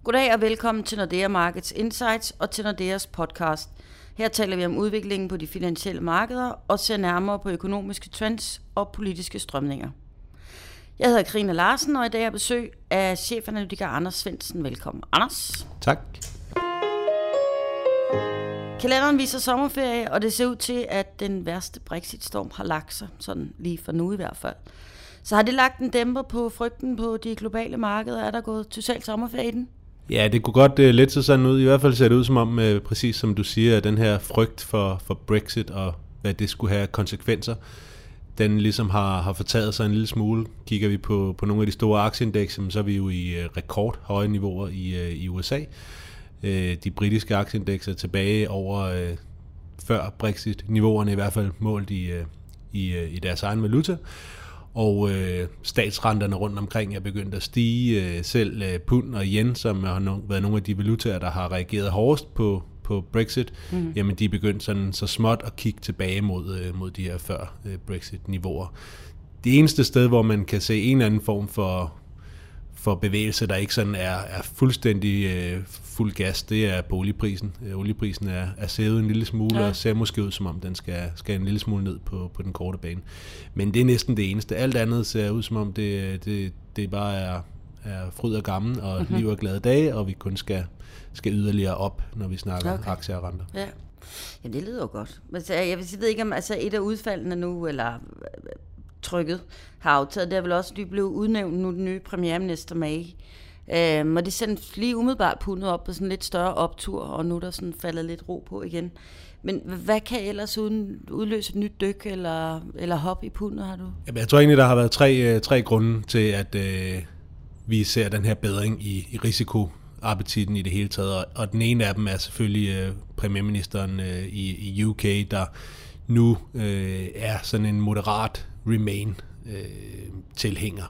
Goddag og velkommen til Nordea Markets Insights og til Nordeas podcast. Her taler vi om udviklingen på de finansielle markeder og ser nærmere på økonomiske trends og politiske strømninger. Jeg hedder Karina Larsen, og i dag er besøg af chefanalytiker Anders Svendsen. Velkommen, Anders. Tak. Kalenderen viser sommerferie, og det ser ud til, at den værste Brexit-storm har lagt sig, sådan lige for nu i hvert fald. Så har det lagt en dæmper på frygten på de globale markeder? Er der gået totalt sommerferie i den? Ja, det kunne godt lette sig sådan ud. I hvert fald ser det ud som om, præcis som du siger, at den her frygt for Brexit og hvad det skulle have konsekvenser, den ligesom har fortaget sig en lille smule. Kigger vi på nogle af de store aktieindekser, så er vi jo i rekordhøje niveauer i USA. De britiske aktieindekser er tilbage over før Brexit-niveauerne, i hvert fald målt i deres egen valuta. Og statsrenterne rundt omkring er begyndt at stige. Selv pund og yen, som har været nogle af de valutaer, der har reageret hårdest på Brexit, jamen de er begyndt sådan så småt at kigge tilbage mod de her før Brexit-niveauer. Det eneste sted, hvor man kan se en eller anden form for bevægelse, der ikke sådan er fuldstændig fuld gas, det er på olieprisen. Olieprisen er sævet en lille smule, og ser måske ud, som om den skal en lille smule ned på den korte bane. Men det er næsten det eneste. Alt andet ser ud, som om det bare er fryd og gammel, og liv og glade dage, og vi kun skal yderligere op, når vi snakker aktier og renter. Ja. Ja, det lyder jo godt. Men jeg ved ikke, om et af udfaldene nu, eller trykket har aftaget. Det er vel også, at de blev udnævnt nu, den nye premierminister May. Og det sendte lige umiddelbart pundet op på sådan en lidt større optur, og nu er der sådan faldet lidt ro på igen. Men hvad kan ellers udløse et nyt dyk eller hop i pundet, har du? Jamen, jeg tror egentlig, der har været tre grunde til, at vi ser den her bedring i risikoappetitten i det hele taget. Og den ene af dem er selvfølgelig premierministeren i UK, der nu er sådan en moderat Remain-tilhænger.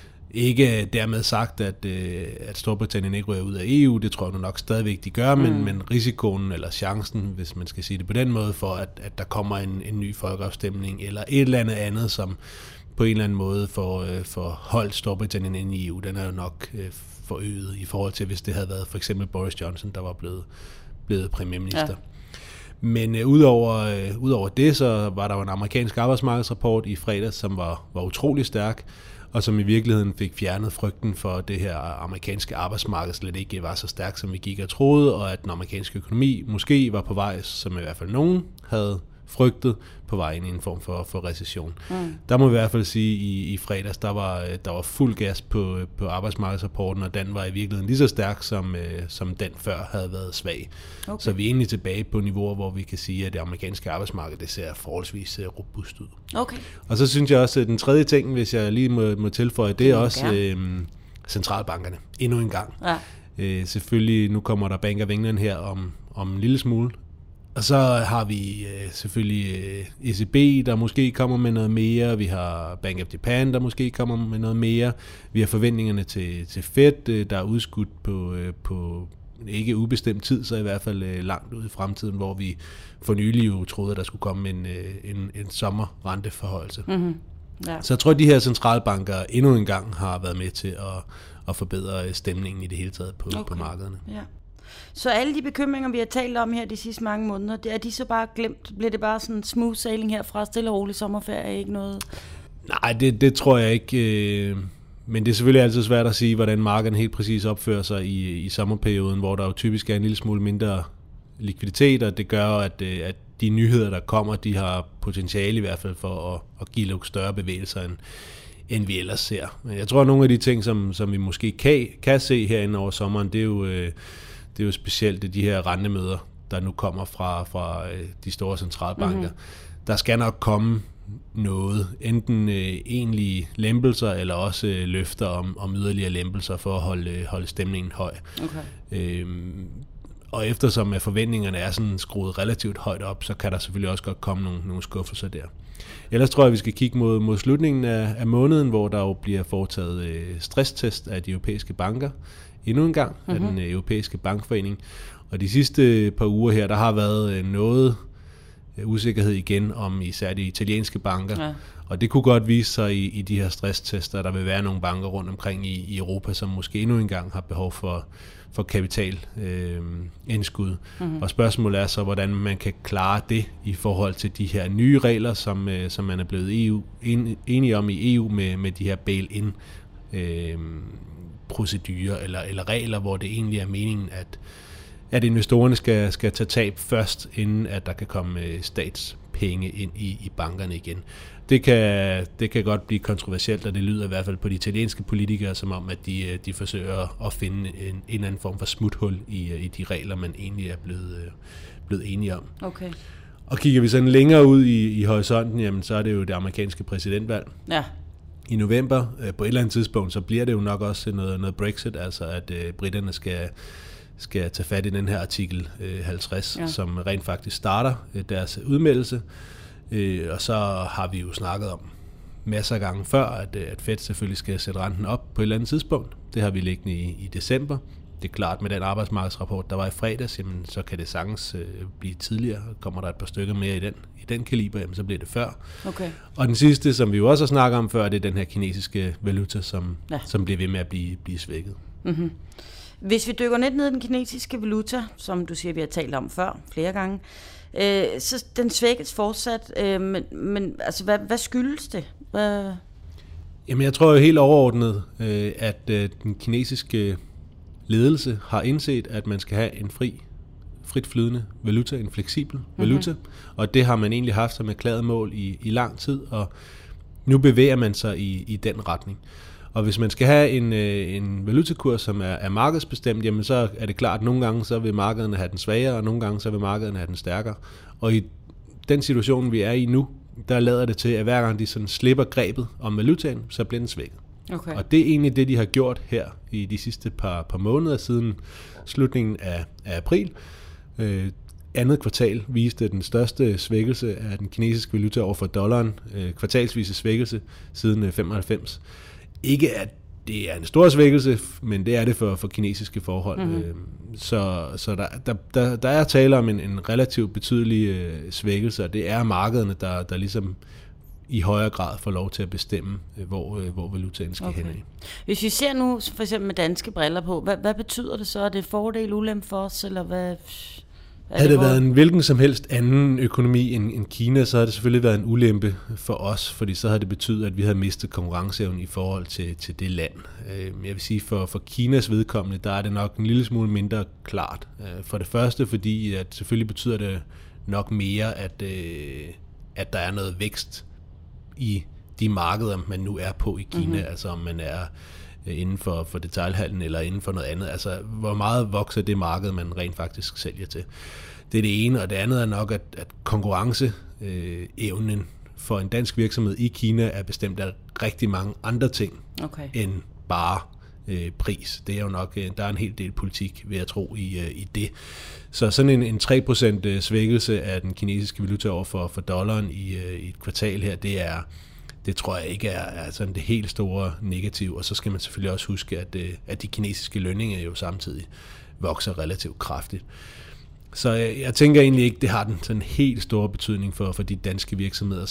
Ikke dermed sagt, at Storbritannien ikke ryger ud af EU, det tror jeg nok stadigvæk de gør, men risikoen eller chancen, hvis man skal sige det på den måde, for at der kommer en ny folkeafstemning eller et eller andet, som på en eller anden måde får holdt Storbritannien ind i EU, den er jo nok forøget i forhold til, hvis det havde været for eksempel Boris Johnson, der var blevet premierminister. Ja. Men udover det, så var der jo en amerikansk arbejdsmarkedsrapport i fredags, som var utrolig stærk, og som i virkeligheden fik fjernet frygten for det her amerikanske arbejdsmarked slet ikke var så stærkt, som vi gik og troede, og at den amerikanske økonomi måske var på vej, som i hvert fald nogen havde frygtet, på vej ind i en form for recession. Der må vi i hvert fald sige, i fredags, der var fuld gas på arbejdsmarkedsrapporten, og den var i virkeligheden lige så stærk, som den før havde været svag. Okay. Så vi er egentlig tilbage på niveauer, hvor vi kan sige, at det amerikanske arbejdsmarked, det ser forholdsvis robust ud. Okay. Og så synes jeg også, at den tredje ting, hvis jeg lige må tilføje, det er også centralbankerne. Endnu en gang. Ja. Selvfølgelig, nu kommer der Bank of England her om en lille smule. Og så har vi selvfølgelig ECB, der måske kommer med noget mere. Vi har Bank of Japan, der måske kommer med noget mere. Vi har forventningerne til Fed, der er udskudt på ikke ubestemt tid, så i hvert fald langt ud i fremtiden, hvor vi for nylig jo troede, at der skulle komme en sommerrenteforhøjelse. Mm-hmm. Ja. Så jeg tror, at de her centralbanker endnu en gang har været med til at forbedre stemningen i det hele taget på markederne. Ja. Så alle de bekymringer, vi har talt om her de sidste mange måneder, er de så bare glemt? Bliver det bare sådan en smooth sailing herfra, stille og rolig sommerferie, ikke noget? Nej, det tror jeg ikke. Men det er selvfølgelig altid svært at sige, hvordan markedet helt præcis opfører sig i sommerperioden, hvor der jo typisk er en lille smule mindre likviditet, og det gør, at de nyheder, der kommer, de har potentiale i hvert fald for at give lidt større bevægelser, end vi ellers ser. Men jeg tror, at nogle af de ting, som vi måske kan se herinde over sommeren, det er jo specielt de her rentemøder, der nu kommer fra de store centralbanker. Mm-hmm. Der skal nok komme noget, enten egentlige lempelser, eller også løfter om yderligere lempelser for at holde stemningen høj. Okay. Og eftersom forventningerne er sådan skruet relativt højt op, så kan der selvfølgelig også godt komme nogle skuffelser der. Ellers tror jeg, vi skal kigge mod slutningen af måneden, hvor der jo bliver foretaget stresstest af de europæiske banker. Endnu en gang af den europæiske bankforening. Og de sidste par uger her, der har været noget usikkerhed igen om især de italienske banker. Ja. Og det kunne godt vise sig i de her stresstester, der vil være nogle banker rundt omkring i Europa, som måske endnu en gang har behov for for kapitalindskud. Og spørgsmålet er så, hvordan man kan klare det i forhold til de her nye regler, som man er blevet enige om i EU med de her bail-in procedurer eller regler, hvor det egentlig er meningen, at investorerne skal tage tab først, inden at der kan komme statspenge ind i bankerne igen. Det kan godt blive kontroversielt, og det lyder i hvert fald på de italienske politikere, som om, at de forsøger at finde en eller anden form for smuthul i de regler, man egentlig er blevet enige om. Okay. Og kigger vi sådan længere ud i horisonten, jamen, så er det jo det amerikanske præsidentvalg. Ja. I november, på et eller andet tidspunkt, så bliver det jo nok også noget Brexit, altså at britterne skal tage fat i den her artikel 50, som rent faktisk starter deres udmeldelse. Og så har vi jo snakket om masser af gange før, at Fed selvfølgelig skal sætte renten op på et eller andet tidspunkt. Det har vi liggende i december. Det er klart, med den arbejdsmarkedsrapport, der var i fredags, jamen, så kan det sagtens blive tidligere. Kommer der et par stykker mere i den kaliber, jamen, så bliver det før. Okay. Og den sidste, som vi jo også har snakket om før, det er den her kinesiske valuta, som bliver ved med at blive svækket. Mm-hmm. Hvis vi dykker ned i den kinesiske valuta, som du siger, vi har talt om før flere gange, så den svækkes fortsat, men altså, hvad skyldes det? Jamen, jeg tror jo helt overordnet, at den kinesiske ledelse har indset, at man skal have en frit flydende valuta, en fleksibel valuta, og det har man egentlig haft som erklæret mål i lang tid, og nu bevæger man sig i den retning. Og hvis man skal have en valutakurs, som er markedsbestemt, jamen så er det klart, at nogle gange så vil markederne have den svagere, og nogle gange så vil markederne have den stærkere. Og i den situation, vi er i nu, der lader det til, at hver gang de sådan slipper grebet om valutaen, så bliver den svækket. Okay. Og det er egentlig det, de har gjort her i de sidste par måneder siden slutningen af april. Andet kvartal viste den største svækkelse af den kinesiske valuta over for dollaren, kvartalsvise svækkelse siden 95. Ikke at det er en stor svækkelse, men det er det for kinesiske forhold. Så der er tale om en relativt betydelig svækkelse, og det er markederne, der ligesom i højere grad får lov til at bestemme, hvor valutaen skal hen i. Hvis vi ser nu for eksempel med danske briller på, hvad betyder det så? Er det fordel, ulempe for os, eller hvad? Havde det været en hvilken som helst anden økonomi end Kina, så havde det selvfølgelig været en ulempe for os, fordi så havde det betydet, at vi havde mistet konkurrenceevne i forhold til det land. Jeg vil sige, for Kinas vedkommende, der er det nok en lille smule mindre klart. For det første, fordi at selvfølgelig betyder det nok mere, at der er noget vækst i de markeder, man nu er på i Kina, altså om man er inden for detailhandlen eller inden for noget andet. Altså, hvor meget vokser det marked, man rent faktisk sælger til. Det er det ene, og det andet er nok, at konkurrenceevnen for en dansk virksomhed i Kina er bestemt af rigtig mange andre ting end bare pris. Det er jo nok, der er en hel del politik, vil jeg tro, i det. Så sådan en 3% svækkelse af den kinesiske valuta over for dollaren i et kvartal her, det tror jeg ikke er sådan det helt store negativ, og så skal man selvfølgelig også huske, at de kinesiske lønninger jo samtidig vokser relativt kraftigt. Så jeg tænker egentlig ikke, det har den sådan helt store betydning for de danske virksomheder,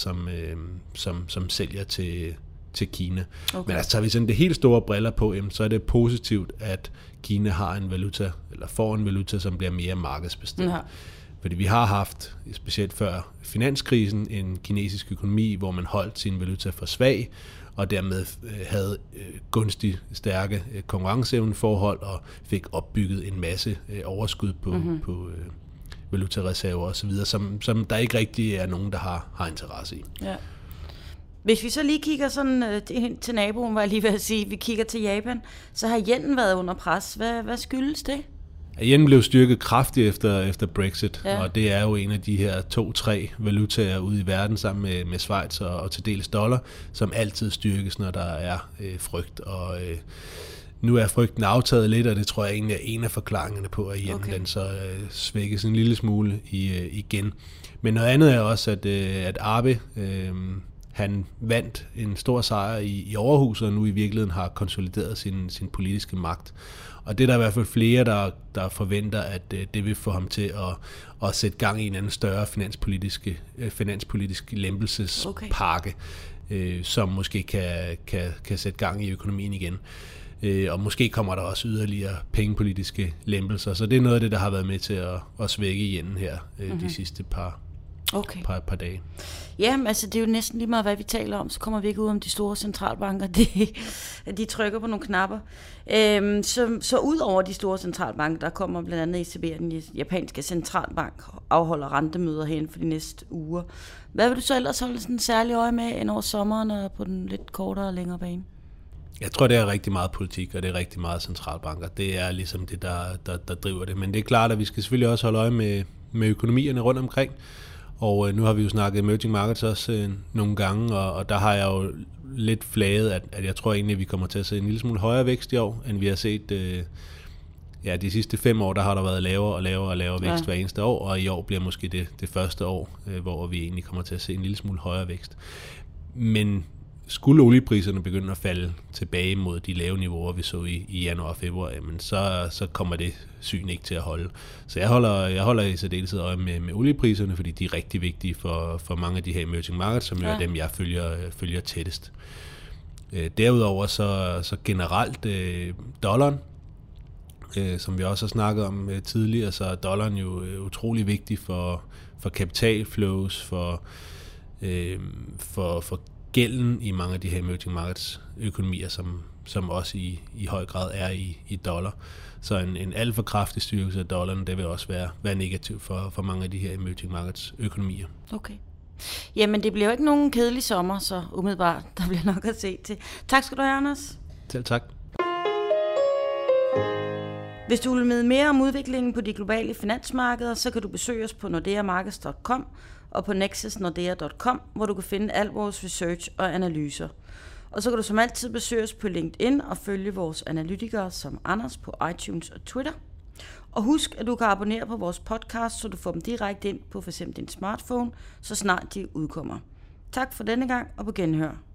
som sælger til Kina. Okay. Men altså tager vi sådan det helt store briller på, så er det positivt, at Kina har en valuta, eller får en valuta, som bliver mere markedsbestemt. Ja. Fordi vi har haft, specielt før finanskrisen, en kinesisk økonomi, hvor man holdt sin valuta for svag, og dermed havde gunstig, stærke konkurrenceevneforhold, og fik opbygget en masse overskud på valutareserver osv., som der ikke rigtig er nogen, der har interesse i. Ja. Hvis vi så lige kigger sådan til naboen, var jeg lige ved at sige, vi kigger til Japan, så har yenen været under pres. Hvad skyldes det? Yen blev styrket kraftigt efter Brexit, og det er jo en af de her 2-3 valutaer ude i verden sammen med Schweiz og til dels dollar, som altid styrkes, når der er frygt. Og nu er frygten aftaget lidt, og det tror jeg egentlig er en af forklaringerne på, at yen den så svækkes en lille smule igen. Men noget andet er også, at Abe han vandt en stor sejr i Aarhus, og nu i virkeligheden har konsolideret sin politiske magt. Og det er der i hvert fald flere, der forventer, at det vil få ham til at sætte gang i en anden større finanspolitisk lempelsespakke, som måske kan sætte gang i økonomien igen. Og måske kommer der også yderligere pengepolitiske lempelser. Så det er noget af det, der har været med til at svække igen her de sidste par dage. Ja, men altså det er jo næsten lige meget, hvad vi taler om. Så kommer vi ikke ud om de store centralbanker. De trykker på nogle knapper. Så ud over de store centralbanker, der kommer blandt andet ECB, den japanske centralbank, afholder rentemøder hen for de næste uger. Hvad vil du så ellers holde sådan en særlig øje med ind over sommeren og på den lidt kortere og længere bane? Jeg tror, det er rigtig meget politik, og det er rigtig meget centralbanker. Det er ligesom det, der driver det. Men det er klart, at vi skal selvfølgelig også holde øje med økonomierne rundt omkring. Og nu har vi jo snakket emerging markets også nogle gange, og der har jeg jo lidt flaget, at jeg tror egentlig, at vi kommer til at se en lille smule højere vækst i år, end vi har set de sidste 5 år. Der har der været lavere vækst hver eneste år, og i år bliver måske det første år, hvor vi egentlig kommer til at se en lille smule højere vækst. Men skulle oliepriserne begynde at falde tilbage mod de lave niveauer, vi så i januar og februar, jamen så kommer det syn ikke til at holde. Så jeg holder i særdeleshed øje med oliepriserne, fordi de er rigtig vigtige for mange af de her emerging markets, som jo er dem, jeg følger tættest. Derudover så generelt dollaren, som vi også har snakket om tidligere, så er dollaren jo utrolig vigtig for kapitalflows, for gælden i mange af de her emerging markets økonomier, som også i høj grad er i dollar. Så en alt for kraftig styrkelse af dollaren, det vil også være negativt for mange af de her emerging markets økonomier. Okay. Jamen, det bliver jo ikke nogen kedelig sommer, så umiddelbart, der bliver nok at se til. Tak skal du have, Anders. Selv tak. Hvis du vil med mere om udviklingen på de globale finansmarkeder, så kan du besøge os på nordeamarkets.com og på nexusnordea.com, hvor du kan finde al vores research og analyser. Og så kan du som altid besøge os på LinkedIn og følge vores analytikere som Anders på iTunes og Twitter. Og husk, at du kan abonnere på vores podcast, så du får dem direkte ind på f.eks. din smartphone, så snart de udkommer. Tak for denne gang, og på genhør.